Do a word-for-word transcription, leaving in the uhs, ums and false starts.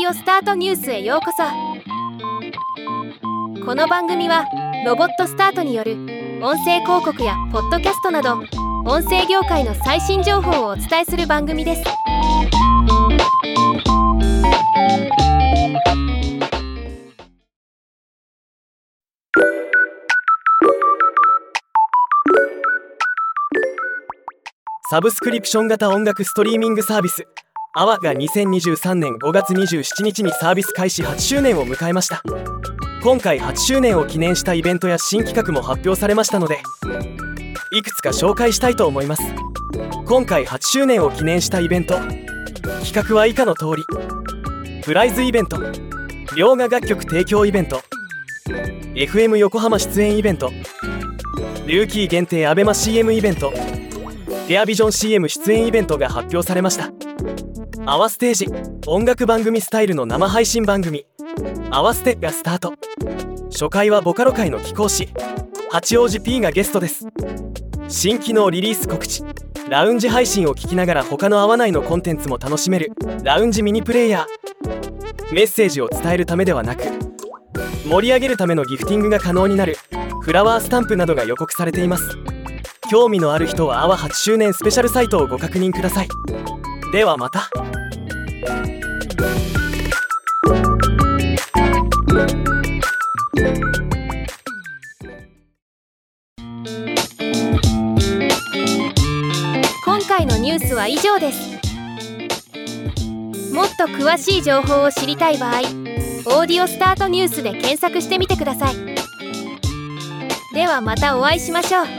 オスタートニュースへようこそ。この番組はロボットスタートによる音声広告やポッドキャストなど音声業界の最新情報をお伝えする番組です。 サブスクリプション型音楽ストリーミングサービスアワがにせんにじゅうさんねんごがつにじゅうしちにちにサービス開始はちしゅうねんを迎えました。今回はちしゅうねんを記念したイベントや新企画も発表されましたので、いくつか紹介したいと思います。今回はちしゅうねんを記念したイベント企画は以下の通り。プライズイベント、両画楽曲提供イベント、 エフエム 横浜出演イベント、ルーキー限定アベマ シーエム イベント、エアビジョン シーエム 出演イベントが発表されました。アワステージ、音楽番組スタイルの生配信番組アワステがスタート。初回はボカロ界の貴公子八王子 P がゲストです。新機能リリース告知、ラウンジ配信を聞きながら他の合わないのコンテンツも楽しめるラウンジミニプレイヤー。メッセージを伝えるためではなく盛り上げるためのギフティングが可能になるフラワースタンプなどが予告されています。興味のある人はアワはちしゅうねんスペシャルサイトをご確認ください。ではまた。 今回のニュースは以上です。もっと詳しい情報を知りたい場合、オーディオスタートニュースで検索してみてください。ではまたお会いしましょう。